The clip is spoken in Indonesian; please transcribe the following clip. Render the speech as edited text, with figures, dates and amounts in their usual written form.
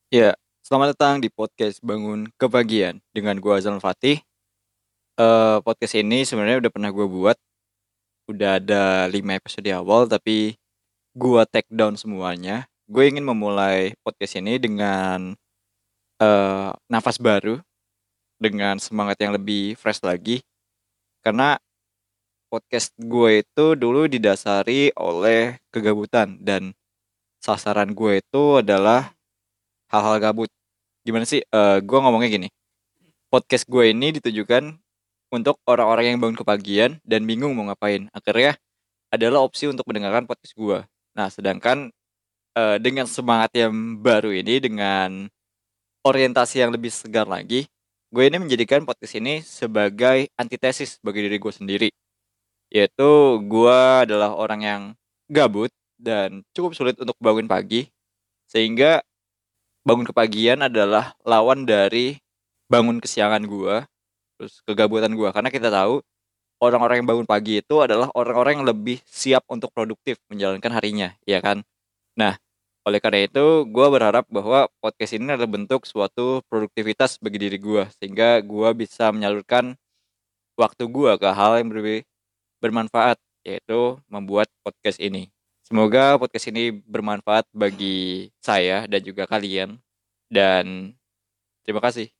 Ya, selamat datang di podcast Bangun Kebagian dengan gua Azal Fatih. Podcast ini sebenarnya udah pernah gua buat, udah ada 5 episode di awal tapi gua take down semuanya. Gue ingin memulai podcast ini dengan nafas baru, dengan semangat yang lebih fresh lagi. Karena podcast gue itu dulu didasari oleh kegabutan dan sasaran gue itu adalah hal-hal gabut. Gimana sih? Gue ngomongnya gini. Podcast gue ini ditujukan untuk orang-orang yang bangun kepagian dan bingung mau ngapain. Akhirnya adalah opsi untuk mendengarkan podcast gue. Nah, sedangkan dengan semangat yang baru ini, dengan orientasi yang lebih segar lagi, gue ini menjadikan podcast ini sebagai antitesis bagi diri gue sendiri. Yaitu gue adalah orang yang gabut dan cukup sulit untuk bangun pagi. Sehingga bangun kepagian adalah lawan dari bangun kesiangan gue, terus kegabutan gue. Karena kita tahu orang-orang yang bangun pagi itu adalah orang-orang yang lebih siap untuk produktif menjalankan harinya, ya kan? Nah, oleh karena itu, gue berharap bahwa podcast ini adalah bentuk suatu produktivitas bagi diri gue, sehingga gue bisa menyalurkan waktu gue ke hal yang lebih bermanfaat, yaitu membuat podcast ini. Semoga podcast ini bermanfaat bagi saya dan juga kalian, dan terima kasih.